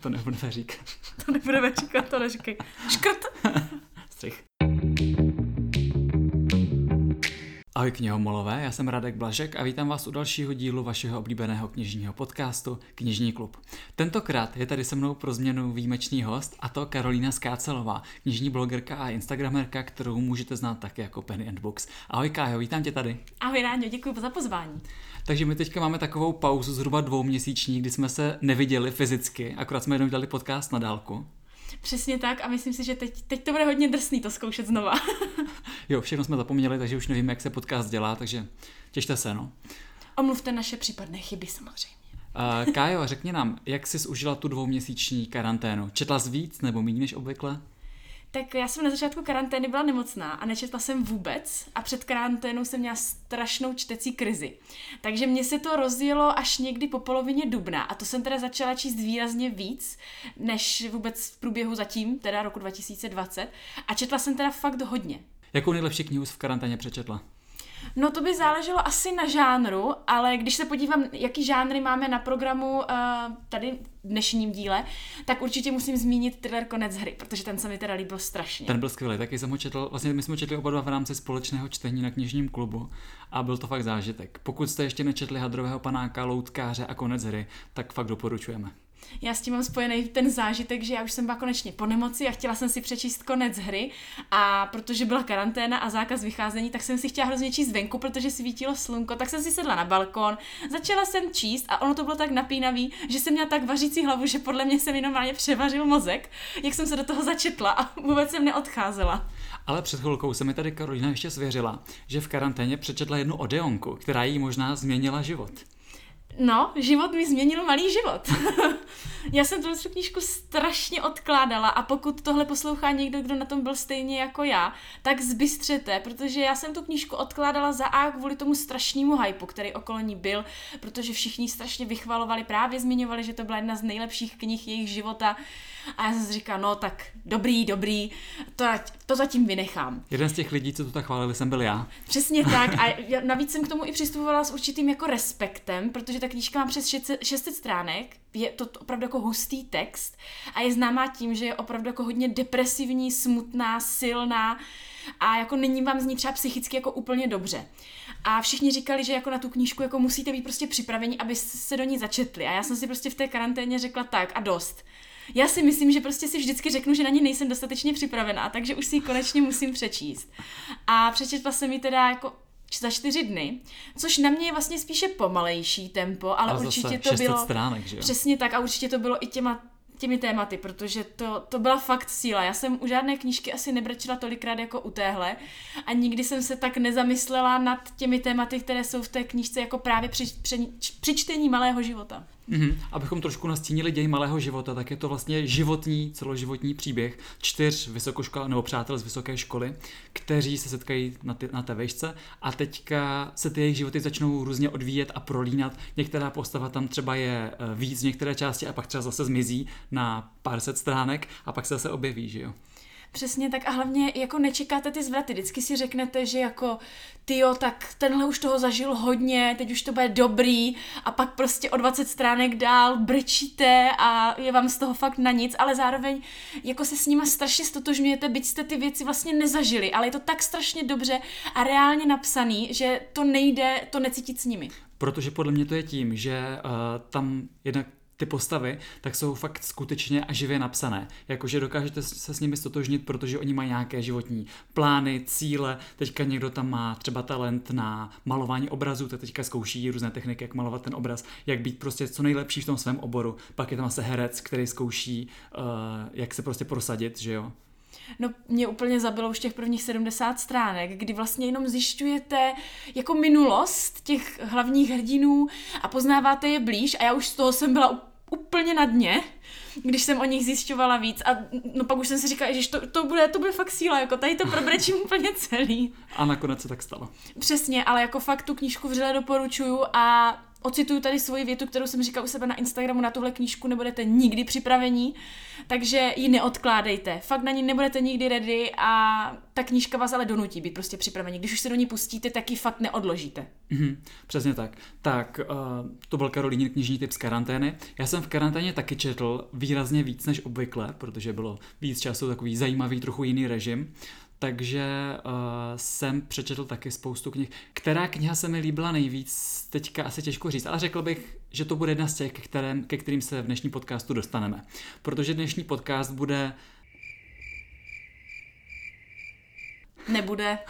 To nebudeme říkat. To nebudeme říkat, to neříkej. Škrt! Střih. Ahoj knihomolové, já jsem Radek Blažek a vítám vás u dalšího dílu vašeho oblíbeného knižního podcastu Knižní klub. Tentokrát je tady se mnou pro změnu výjimečný host, a to Karolína Skácelová, knižní blogerka a instagramerka, kterou můžete znát také jako Penny and Books. Ahoj Kájo, vítám tě tady. Ahoj Ráďo, děkuji za pozvání. Takže my teďka máme takovou pauzu zhruba 2měsíční, kdy jsme se neviděli fyzicky, akorát jsme jenom dělali podcast na dálku. Přesně tak a myslím si, že teď to bude hodně drsný to zkoušet znova. Jo, všechno jsme zapomněli, takže už nevíme, jak se podcast dělá, takže těšte se, no. Omluvte naše případné chyby samozřejmě. Kájo, řekni nám, jak jsi užila tu 2měsíční karanténu? Četla jsi víc nebo méně než obvykle? Tak já jsem na začátku karantény byla nemocná a nečetla jsem vůbec a před karanténou jsem měla strašnou čtecí krizi. Takže mně se to rozjelo až někdy po polovině dubna a to jsem teda začala číst výrazně víc, než vůbec v průběhu zatím, teda roku 2020 a četla jsem teda fakt hodně. Jakou nejlepší knihu jsi v karanténě přečetla? No to by záleželo asi na žánru, ale když se podívám, jaký žánry máme na programu tady v dnešním díle, tak určitě musím zmínit thriller Konec hry, protože ten se mi teda líbil strašně. Ten byl skvělý, taky jsem ho četl, vlastně my jsme ho četli oba dva v rámci společného čtení na knižním klubu a byl to fakt zážitek. Pokud jste ještě nečetli Hadrového panáka, Loutkáře a Konec hry, tak fakt doporučujeme. Já s tím mám spojený ten zážitek, že já už jsem byla konečně po nemoci a chtěla jsem si přečíst Konec hry a protože byla karanténa a zákaz vycházení, tak jsem si chtěla hrozně číst venku, protože svítilo slunko, tak jsem si sedla na balkon, začala jsem číst a ono to bylo tak napínavý, že jsem měla tak vařící hlavu, že podle mě se mi normálně převařil mozek, jak jsem se do toho začetla a vůbec jsem neodcházela. Ale před chvilkou se mi tady Karolína ještě svěřila, že v karanténě přečetla jednu Odeonku, která jí možná změnila život. No, život mi změnil malý život. Já jsem tu knížku strašně odkládala a pokud tohle poslouchá někdo, kdo na tom byl stejně jako já, tak zbystřete, protože já jsem tu knížku odkládala za A kvůli tomu strašnému hypu, který okolo ní byl, protože všichni strašně vychvalovali, právě zmiňovali, že to byla jedna z nejlepších knih jejich života a já jsem si říkala, no tak dobrý, to zatím vynechám. Jeden z těch lidí, co to tak chválili, jsem byl já. Přesně tak a navíc jsem k tomu i přistupovala s určitým jako respektem, protože ta knížka má přes 600 stránek, je to opravdu jako hustý text a je známá tím, že je opravdu jako hodně depresivní, smutná, silná a jako není vám z ní třeba psychicky jako úplně dobře. A všichni říkali, že jako na tu knížku jako musíte být prostě připraveni, aby se do ní začetli a já jsem si prostě v té karanténě řekla tak a dost. Já si myslím, že prostě si vždycky řeknu, že na ní nejsem dostatečně připravená, takže už si ji konečně musím přečíst. A přečetla jsem ji teda jako za 4 dny, což na mě je vlastně spíše pomalejší tempo, ale určitě to bylo stránek, že jo? Přesně tak a určitě to bylo i těmi tématy, protože to byla fakt síla. Já jsem u žádné knížky asi nebrečela tolikrát jako u téhle a nikdy jsem se tak nezamyslela nad těmi tématy, které jsou v té knížce jako právě při čtení Malého života. Abychom trošku nastínili děj Malého života, tak je to vlastně celoživotní příběh 4 vysokoškol nebo přátel z vysoké školy, kteří se setkají na té vejšce a teďka se ty jejich životy začnou různě odvíjet a prolínat. Některá postava tam třeba je víc v některé části a pak třeba zase zmizí na pár set stránek a pak se zase objeví, že jo? Přesně tak a hlavně jako nečekáte ty zvraty, vždycky si řeknete, že jako tyjo, tak tenhle už toho zažil hodně, teď už to bude dobrý a pak prostě o 20 stránek dál brečíte a je vám z toho fakt na nic, ale zároveň jako se s nima strašně stotožňujete, byť jste ty věci vlastně nezažili, ale je to tak strašně dobře a reálně napsaný, že to nejde to necítit s nimi. Protože podle mě to je tím, že tam jednak ty postavy, tak jsou fakt skutečně a živě napsané. Jakože dokážete se s nimi stotožnit, protože oni mají nějaké životní plány, cíle. Teďka někdo tam má třeba talent na malování obrazů, tak teďka zkouší různé techniky, jak malovat ten obraz, jak být prostě co nejlepší v tom svém oboru. Pak je tam zase herec, který zkouší, jak se prostě prosadit, že jo. No mě úplně zabilo už těch prvních 70 stránek, kdy vlastně jenom zjišťujete jako minulost těch hlavních hrdinů a poznáváte je blíž a já už z toho jsem byla úplně na dně, když jsem o nich zjišťovala víc a no pak už jsem si říkala, že to bude fakt síla, jako tady to probrečím úplně celý. A nakonec se tak stalo. Přesně, ale jako fakt tu knížku vřele doporučuju a ocituju tady svoji větu, kterou jsem říkala u sebe na Instagramu, na tuhle knížku nebudete nikdy připravení, takže ji neodkládejte. Fakt na ní nebudete nikdy ready a ta knížka vás ale donutí být prostě připravení. Když už se do ní pustíte, tak ji fakt neodložíte. Přesně tak. Tak, to byl Karolínin knižní tip z karantény. Já jsem v karanténě taky četl výrazně víc než obvykle, protože bylo víc času, takový zajímavý, trochu jiný režim. Takže jsem přečetl taky spoustu knih. Která kniha se mi líbila nejvíc, teďka asi těžko říct, ale řekl bych, že to bude jedna z těch, ke kterým se v dnešním podcastu dostaneme. Protože dnešní podcast bude... Nebude.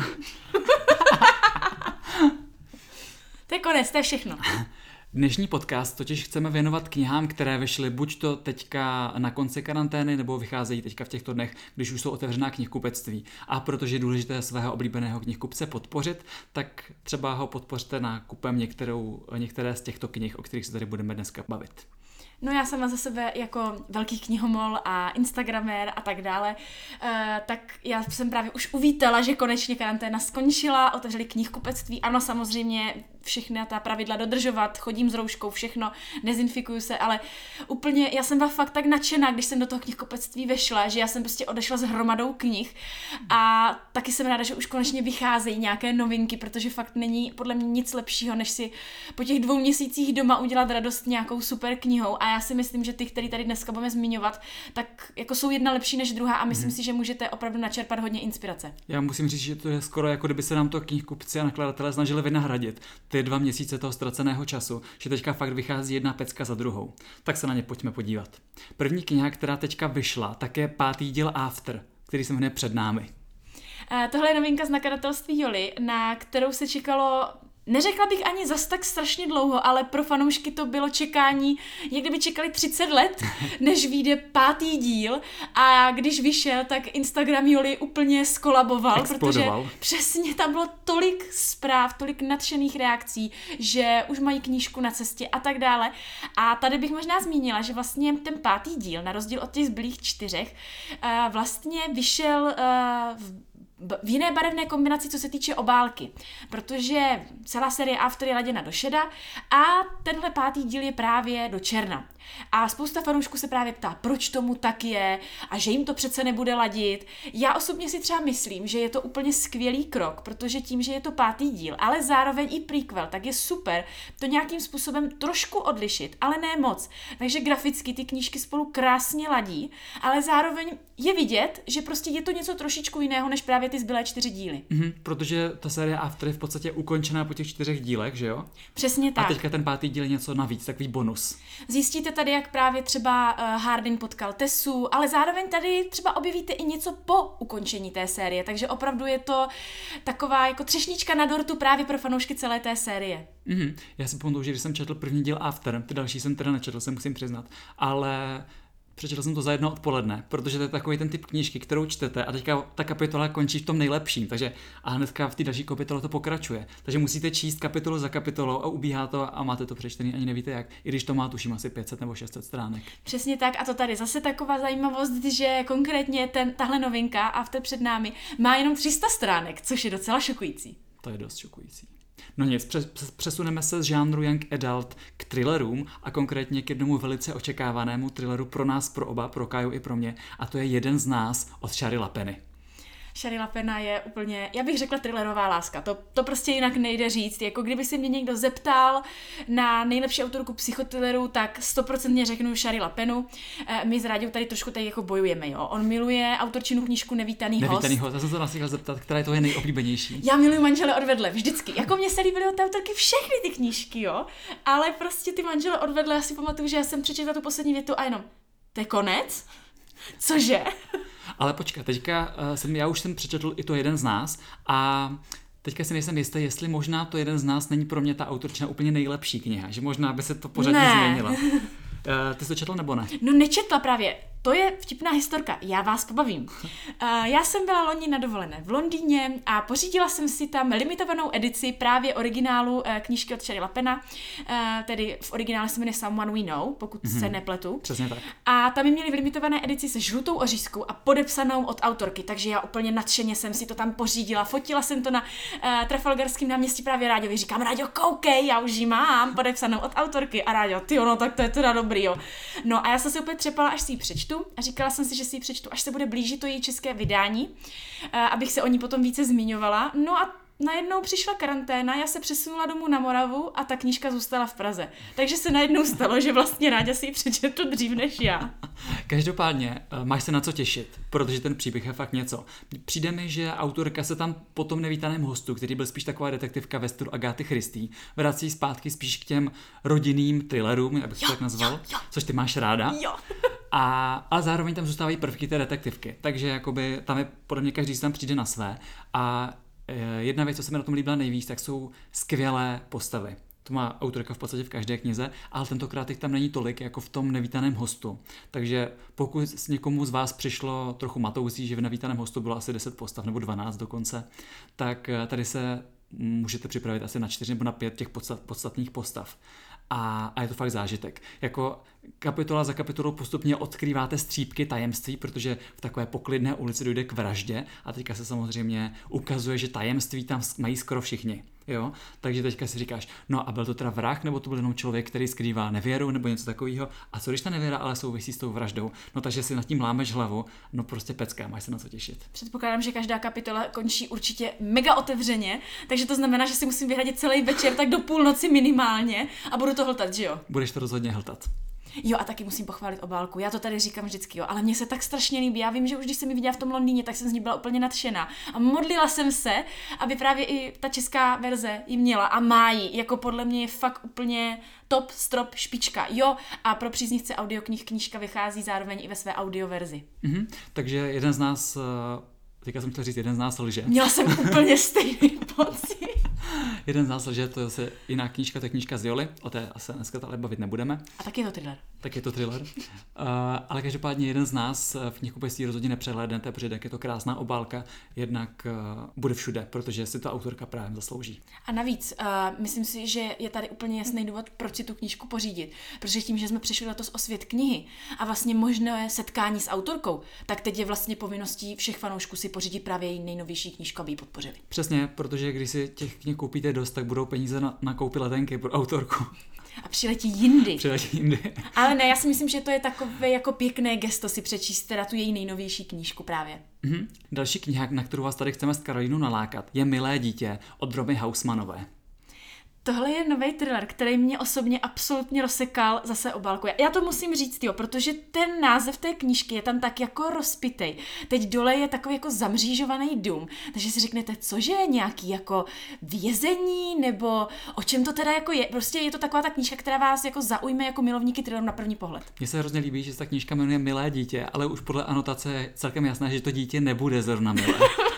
To je konec, to je všechno. Dnešní podcast totiž chceme věnovat knihám, které vyšly buď to teďka na konci karantény, nebo vycházejí teďka v těchto dnech, když už jsou otevřená knihkupectví. A protože je důležité svého oblíbeného knihkupce podpořit, tak třeba ho podpořte nákupem některé z těchto knih, o kterých se tady budeme dneska bavit. No já sama za sebe jako velký knihomol a instagramér a tak dále, tak já jsem právě už uvítala, že konečně karanténa skončila, otevřeli knihkupectví, ano samozřejmě všechna ta pravidla dodržovat, chodím s rouškou, všechno, dezinfikuju se, ale úplně, já jsem byla fakt tak nadšená, když jsem do toho knihkupectví vešla, že já jsem prostě odešla s hromadou knih a taky jsem ráda, že už konečně vycházejí nějaké novinky, protože fakt není podle mě nic lepšího, než si po těch 2 měsících doma udělat radost nějakou super knihou a já si myslím, že ty, který tady dneska budeme zmiňovat, tak jako jsou jedna lepší než druhá a myslím si, že můžete opravdu načerpat hodně inspirace. Já musím říct, že to je skoro jako kdyby se nám to knihkupci a nakladatelé snažili vynahradit ty 2 měsíce toho ztraceného času, že teďka fakt vychází jedna pecka za druhou. Tak se na ně pojďme podívat. První kniha, která teďka vyšla, tak je 5. díl After, který se jmenuje Před námi. Tohle je novinka z nakladatelství Jolly, na kterou se čekalo, neřekla bych ani zas tak strašně dlouho, ale pro fanoušky to bylo čekání, jak kdyby čekali 30 let, než vyjde 5. díl a když vyšel, tak Instagram Jolly úplně skolaboval, Explodoval. Protože přesně tam bylo tolik zpráv, tolik nadšených reakcí, že už mají knížku na cestě a tak dále. A tady bych možná zmínila, že vlastně ten 5. díl, na rozdíl od těch zbylých 4, vlastně vyšel v jiné barevné kombinaci, co se týče obálky, protože celá série After je laděna do šeda a tenhle 5. díl je právě do černa. A spousta fanoušků se právě ptá, proč tomu tak je a že jim to přece nebude ladit. Já osobně si třeba myslím, že je to úplně skvělý krok, protože tím, že je to 5. díl, ale zároveň i prequel, tak je super to nějakým způsobem trošku odlišit, ale ne moc. Takže graficky ty knížky spolu krásně ladí, ale zároveň je vidět, že prostě je to něco trošičku jiného, než právě ty zbylé 4 díly. Protože ta série After je v podstatě ukončená po těch 4 dílech, že jo? Přesně tak. A teďka ten 5. díl je něco navíc, takový bonus. Zjistíte tady, jak právě třeba Hardin potkal Tessu, ale zároveň tady třeba objevíte i něco po ukončení té série, takže opravdu je to taková jako třešnička na dortu právě pro fanoušky celé té série. Já si pamatuju, že když jsem četl první díl After, ty další jsem teda nečetl, se musím přiznat, ale přečetl jsem to za jedno odpoledne, protože to je takový ten typ knížky, kterou čtete a teďka ta kapitola končí v tom nejlepším, takže a hnedka v té další kapitole to pokračuje. Takže musíte číst kapitolu za kapitolou a ubíhá to a máte to přečtený, ani nevíte jak, i když to má tuším asi 500 nebo 600 stránek. Přesně tak a to tady zase taková zajímavost, že konkrétně tahle novinka After před námi má jenom 300 stránek, což je docela šokující. To je dost šokující. No nic, přesuneme se z žánru Young Adult k thrillerům a konkrétně k jednomu velice očekávanému thrilleru pro nás, pro oba, pro Káju i pro mě a to je Jeden z nás od Shary Lapeny. Shary Lapena je úplně, já bych řekla thrillerová láska, to prostě jinak nejde říct, jako kdyby se mě někdo zeptal na nejlepší autorku psychothrillerů, tak 100% řeknu Shary Lapenu. My s Ráďou tady trošku tady jako bojujeme, jo. On miluje autorčinu knížku Nevítaný host. Já jsem se nás chtěla zeptat, která je tvoje nejoblíbenější. Já miluji Manžele odvedle, vždycky. Jako mě se líbily od té autorky všechny ty knížky, jo. Ale prostě ty Manžele odvedle, já si pamatuju, že já jsem přečetla tu poslední větu a jenom, to je konec? Cože? Ale počkej, teďka já už jsem přečetl i to Jeden z nás a teďka si nejsem jistý, jestli možná to Jeden z nás není pro mě ta autorčina úplně nejlepší kniha, že možná by se to pořádně změnila. Ty jsi to četla nebo ne? No nečetla právě. to je vtipná historka, já vás pobavím. Já jsem byla loni na dovolené v Londýně a pořídila jsem si tam limitovanou edici právě originálu knížky od Sherryla Penna, tedy v originále se jmenuje Someone We Know, pokud se nepletu. Přesně tak. A tam měli v limitované edici se žlutou ořízkou a podepsanou od autorky, takže já úplně nadšeně jsem si to tam pořídila, fotila jsem to na Trafalgarském náměstí právě Ráďovi, říkám, Ráďo, koukej, já už ji mám podepsanou od autorky a Ráďo, ty no, tak to je teda dobrý, jo. No a já jsem si úplně třepala, až si ji přečtu a říkala jsem si, že si ji přečtu, až se bude blížit to její české vydání, abych se o ní potom více zmiňovala. No a najednou přišla karanténa, já se přesunula domů na Moravu a ta knížka zůstala v Praze. Takže se najednou stalo, že vlastně Ráďa si ji přečetl dřív než já. Každopádně máš se na co těšit, protože ten příběh je fakt něco. Přijde mi, že autorka se tam po tom nevítaném hostu, který byl spíš taková detektivka ve stylu Agáty Christie, vrací zpátky spíš k těm rodinným thrillerům, abych to tak nazval, což ty máš ráda. Jo. A zároveň tam zůstávají prvky té detektivky. Takže jakoby tam je podle mě každý si tam přijde na své. A jedna věc, co se mi na tom líbila nejvíc, tak jsou skvělé postavy. To má autorka v podstatě v každé knize, ale tentokrát jich tam není tolik, jako v tom nevítaném hostu. Takže pokud s někomu z vás přišlo trochu matoucí, že v nevítaném hostu bylo asi 10 postav, nebo 12 dokonce, tak tady se můžete připravit asi na 4 nebo na 5 těch podstatných postav. A je to fakt zážitek. Jako kapitola za kapitolou postupně odkrýváte střípky tajemství, protože v takové poklidné ulici dojde k vraždě a teďka se samozřejmě ukazuje, že tajemství tam mají skoro všichni. Jo? Takže teďka si říkáš, no a byl to teda vrah, nebo to byl jenom člověk, který skrývá nevěru, nebo něco takového. A co když ta nevěra ale souvisí s tou vraždou? No takže si nad tím lámeš hlavu, no prostě pecka, máš se na co těšit. Předpokládám, že každá kapitola končí určitě mega otevřeně, takže to znamená, že si musím vyhradit celý večer tak do půlnoci minimálně a budu to hltat, že jo? Budeš to rozhodně hltat. Jo, a taky musím pochválit obálku. Já to tady říkám vždycky, jo, ale mně se tak strašně líbí. Já vím, že už když jsem ji viděla v tom Londýně, tak jsem z ní byla úplně nadšená. A modlila jsem se, aby právě i ta česká verze ji měla a má ji. Jako podle mě je fakt úplně top, strop, špička. Jo, a pro příznivce audioknih knížka vychází zároveň i ve své audioverzi. Takže jeden z nás, teďka jsem chtěl říct, jeden z nás lže. Měla jsem úplně stejný pocit. Jeden z nás lže, to je zase jiná knížka, to je knížka z Joli, o té asi dneska ale bavit nebudeme. A tak je to thriller. Tak je to thriller. Ale každopádně jeden z nás v knihkupectví rozhodně nepřehlédnete, protože tak je to krásná obálka, jednak bude všude, protože si to autorka právě zaslouží. A navíc, myslím si, že je tady úplně jasný důvod, proč si tu knížku pořídit. Protože tím, že jsme přišli letos o svět knihy a vlastně možné setkání s autorkou, tak teď je vlastně povinností všech fanoušků si pořídit právě její nejnovější knížku, aby ji podpořili. Přesně, protože když si těch knih koupíte dost, tak budou peníze na koupy letenky pro autorku. A přiletí jindy. jindy. Ale ne, já si myslím, že to je takové jako pěkné gesto si přečíst teda tu její nejnovější knížku právě. Další kniha, na kterou vás tady chceme s Karolínou nalákat, je Milé dítě od Romy Hausmanové. Tohle je nový thriller, který mě osobně absolutně rozsekal zase obálku. Já to musím říct, jo, protože ten název té knížky je tam tak jako rozpitej. Teď dole je takový jako zamřížovaný dům, takže si řeknete, cože je nějaký jako vězení, nebo o čem to teda jako je. Prostě je to taková ta knížka, která vás jako zaujme jako milovníky thrilleru na první pohled. Mně se hrozně líbí, že se ta knížka jmenuje Milé dítě, ale už podle anotace je celkem jasné, že to dítě nebude zrovna milé.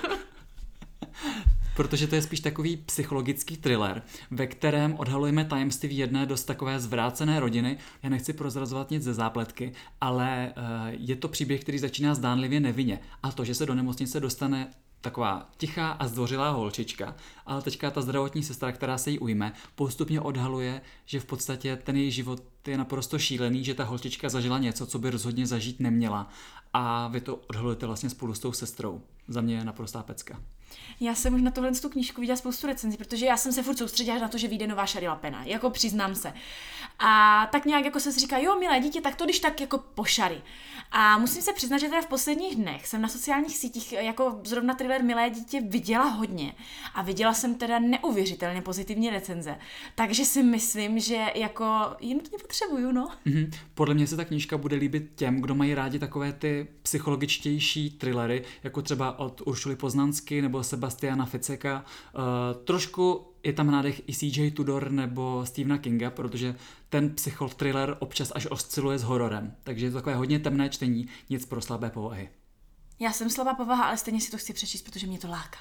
Protože to je spíš takový psychologický thriller, ve kterém odhalujeme tajemství jedné dost takové zvrácené rodiny. Já nechci prozrazovat nic ze zápletky, ale je to příběh, který začíná zdánlivě nevinně. A to, že se do nemocnice dostane taková tichá a zdvořilá holčička, ale teďka ta zdravotní sestra, která se jí ujme, postupně odhaluje, že v podstatě ten její život je naprosto šílený, že ta holčička zažila něco, co by rozhodně zažít neměla. A vy to odhalujete vlastně spolu s tou sestrou. Za mě je naprostá pecka. Já jsem už na tohle tu knížku viděla spoustu recenzí, protože já jsem se furt soustředila na to, že vyjde nová Sherryla Penna, jako přiznám se. A tak nějak jako se říká, jo, milé dítě, tak to když tak jako pošary. A musím se přiznat, že teda v posledních dnech jsem na sociálních sítích jako zrovna thriller Milé dítě viděla hodně. A viděla jsem teda neuvěřitelně pozitivní recenze. Takže si myslím, že jako ji nutně potřebuju, no. Podle mě se ta knížka bude líbit těm, kdo mají rádi takové ty psychologičtější thrillery, jako třeba od Uršuly Poznansky nebo Sebastiana Ficeka. Trošku je tam nádech i C.J. Tudor nebo Stephena Kinga, protože ten psychothriller občas až osciluje s hororem. Takže je to takové hodně temné čtení, nic pro slabé povahy. Já jsem slabá povaha, ale stejně si to chci přečíst, protože mě to láká.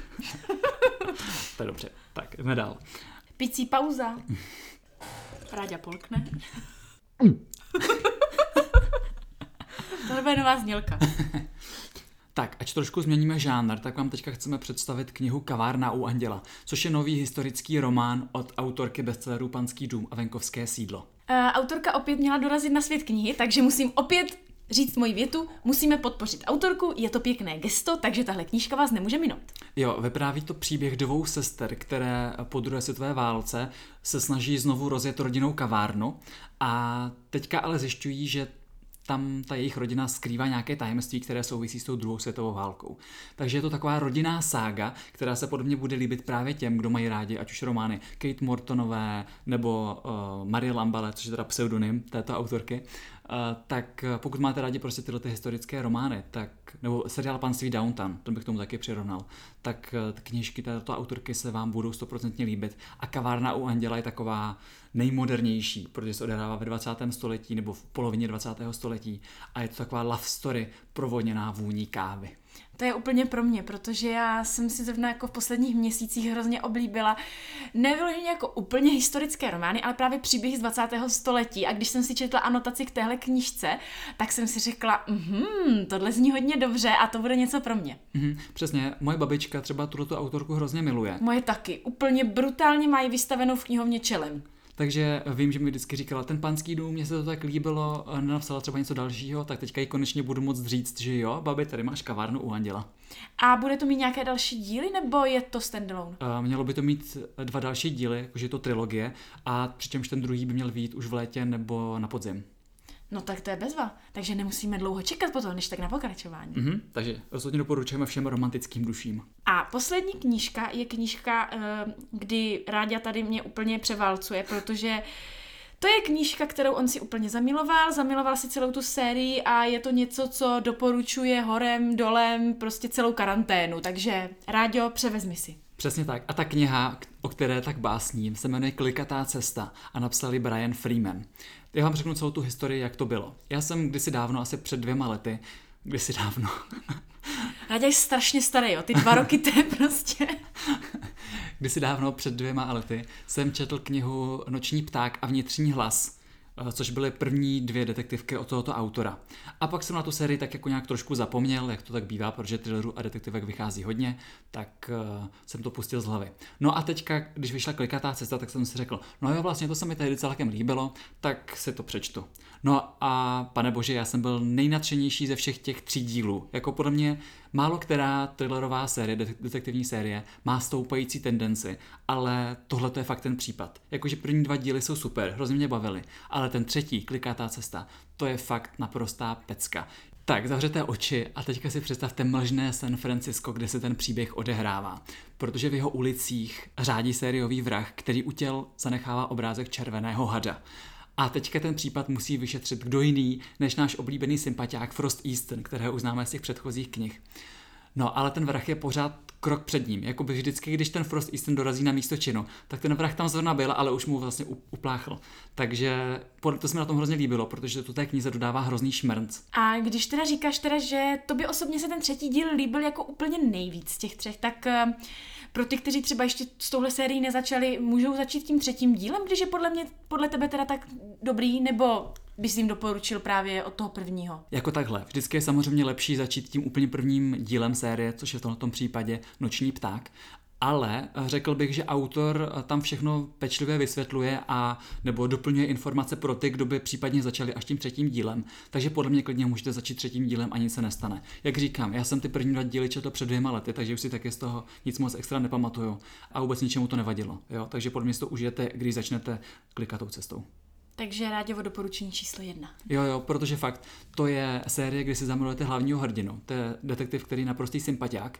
To je dobře. Tak, jdeme dál. Picí pauza. Ráďa polkne. Tohle je nová znělka. Tak, ať trošku změníme žánr, tak vám teďka chceme představit knihu Kavárna u anděla, což je nový historický román od autorky bestselleru Panský dům a venkovské sídlo. Autorka opět měla dorazit na svět knihy, takže musím opět říct moji větu, musíme podpořit autorku, je to pěkné gesto, takže tahle knížka vás nemůže minout. Jo, vypráví to příběh dvou sester, které po druhé světové válce se snaží znovu rozjet rodinnou kavárnu a teďka ale zjišťují, že tam ta jejich rodina skrývá nějaké tajemství, které souvisí s tou druhou světovou válkou. Takže je to taková rodinná sága, která se podobně bude líbit právě těm, kdo mají rádi, ať už romány Kate Mortonové nebo Marie Lamballe, což je teda pseudonym této autorky. Tak pokud máte rádi prostě tyhle ty historické romány, tak, nebo seriál Panství Downton, to bych tomu taky přirovnal, tak knížky této autorky se vám budou 100% líbit. A Kavárna u anděla je taková nejmodernější, protože se odehrává ve 20. století nebo v polovině 20. století a je to taková love story provodněná vůní kávy. To je úplně pro mě, protože já jsem si zrovna jako v posledních měsících hrozně oblíbila nevyloženě jako úplně historické romány, ale právě příběhy z 20. století. A když jsem si četla anotaci k téhle knížce, tak jsem si řekla, tohle zní hodně dobře a to bude něco pro mě. Přesně, moje babička třeba tuto autorku hrozně miluje. Moje taky, úplně brutálně mají vystavenou v knihovně čelem. Takže vím, že mi vždycky říkala, ten Panský dům, mně se to tak líbilo, nenapsala třeba něco dalšího, tak teďka ji konečně budu moct říct, že jo, babi, tady máš Kavárnu u anděla. A bude to mít nějaké další díly, nebo je to standalone? Mělo by to mít 2 další díly, jakože je to trilogie, a přičemž ten druhý by měl vyjít už v létě nebo na podzim. No tak to je bezva, takže nemusíme dlouho čekat potom, než tak na pokračování. Takže rozhodně doporučujeme všem romantickým duším. A poslední knížka je knížka, kdy Ráďa tady mě úplně převálcuje, protože to je knížka, kterou on si úplně zamiloval si celou tu sérii a je to něco, co doporučuje horem, dolem, prostě celou karanténu, takže Ráďo, převezmi si. Přesně tak. A ta kniha, o které tak básním, se jmenuje Klikatá cesta a napsali Brian Freeman. Já vám řeknu celou tu historii, jak to bylo. Já jsem kdysi dávno, asi před 2 lety, Ráďa je strašně starý, jo, ty 2 roky to je prostě... Kdysi dávno, před 2 lety, jsem četl knihu Noční pták a vnitřní hlas, což byly první 2 detektivky od tohoto autora. A pak jsem na tu sérii tak jako nějak trošku zapomněl, jak to tak bývá, protože thrillerů a detektivek vychází hodně, tak jsem to pustil z hlavy. No a teďka, když vyšla Klikatá cesta, tak jsem si řekl, no jo, vlastně to se mi tehdy celkem líbilo, tak si to přečtu. No a panebože, já jsem byl nejnadšenější ze všech těch 3 dílů. Jako podle mě málo která thrillerová série, detektivní série, má stoupající tendenci, ale tohle to je fakt ten případ. Jakože první 2 díly jsou super, hrozně mě bavily, ale ten 3, Klikatá cesta, to je fakt naprostá pecka. Tak, zavřete oči a teďka si představte mlžné San Francisco, kde se ten příběh odehrává. Protože v jeho ulicích řádí sériový vrah, který u těl zanechává obrázek červeného hada. A teďka ten případ musí vyšetřit kdo jiný, než náš oblíbený sympatiák Frost Easton, kterého uznáme z těch předchozích knih. No, ale ten vrah je pořád krok před ním. Jakoby vždycky, když ten Frost Easton dorazí na místo činu, tak ten vrah tam zrovna byl, ale už mu vlastně upláchl. Takže to se mi na tom hrozně líbilo, protože to té knize dodává hrozný šmrnc. A když teda říkáš teda, že tobě osobně se ten 3. díl líbil jako úplně nejvíc z těch 3, tak pro ty, kteří třeba ještě s touhle sérií nezačali, můžou začít tím 3. dílem, když je podle tebe teda tak dobrý, nebo bys jim doporučil právě od toho 1. Jako takhle. Vždycky je samozřejmě lepší začít tím úplně prvním dílem série, což je v tomto případě Noční pták. Ale řekl bych, že autor tam všechno pečlivě vysvětluje a nebo doplňuje informace pro ty, kdo by případně začali až tím 3. dílem. Takže podle mě klidně můžete začít 3. dílem a nic se nestane. Jak říkám, já jsem ty první 2 díly četl před 2 lety, takže už si taky z toho nic moc extra nepamatuju a vůbec ničemu to nevadilo. Jo? Takže podle mě si to užijete, když začnete Klikatou cestou. Takže Ráďovo doporučení číslo 1. Jo, protože fakt, to je série, kdy si zamilujete hlavního hrdinu. To je detektiv, který je naprostý sympatiák.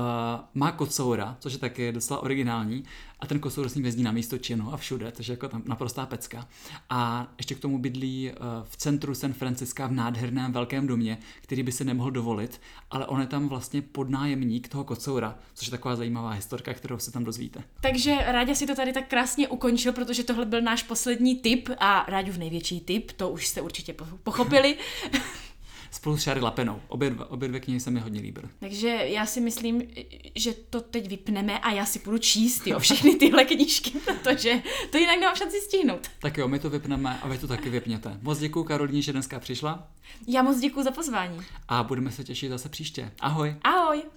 Má kocoura, což je taky docela originální, a ten kocour s ním jezdí na místo činu a všude, což je jako tam naprostá pecka. A ještě k tomu bydlí v centru San Francisca v nádherném velkém domě, který by si nemohl dovolit, ale on je tam vlastně podnájemník toho kocoura, což je taková zajímavá historka, kterou se tam dozvíte. Takže Ráďa si to tady tak krásně ukončil, protože tohle byl náš poslední tip a Ráďův největší tip, to už jste určitě pochopili. spolu s Shari LaPenou. Obě dvě knihy se mi hodně líbily. Takže já si myslím, že to teď vypneme a já si půjdu číst všechny tyhle knížky, protože to jinak nemám šanci stihnout. Tak jo, my to vypneme a vy to taky vypněte. Moc děkuju Karolíně, že dneska přišla. Já moc děkuju za pozvání. A budeme se těšit zase příště. Ahoj. Ahoj.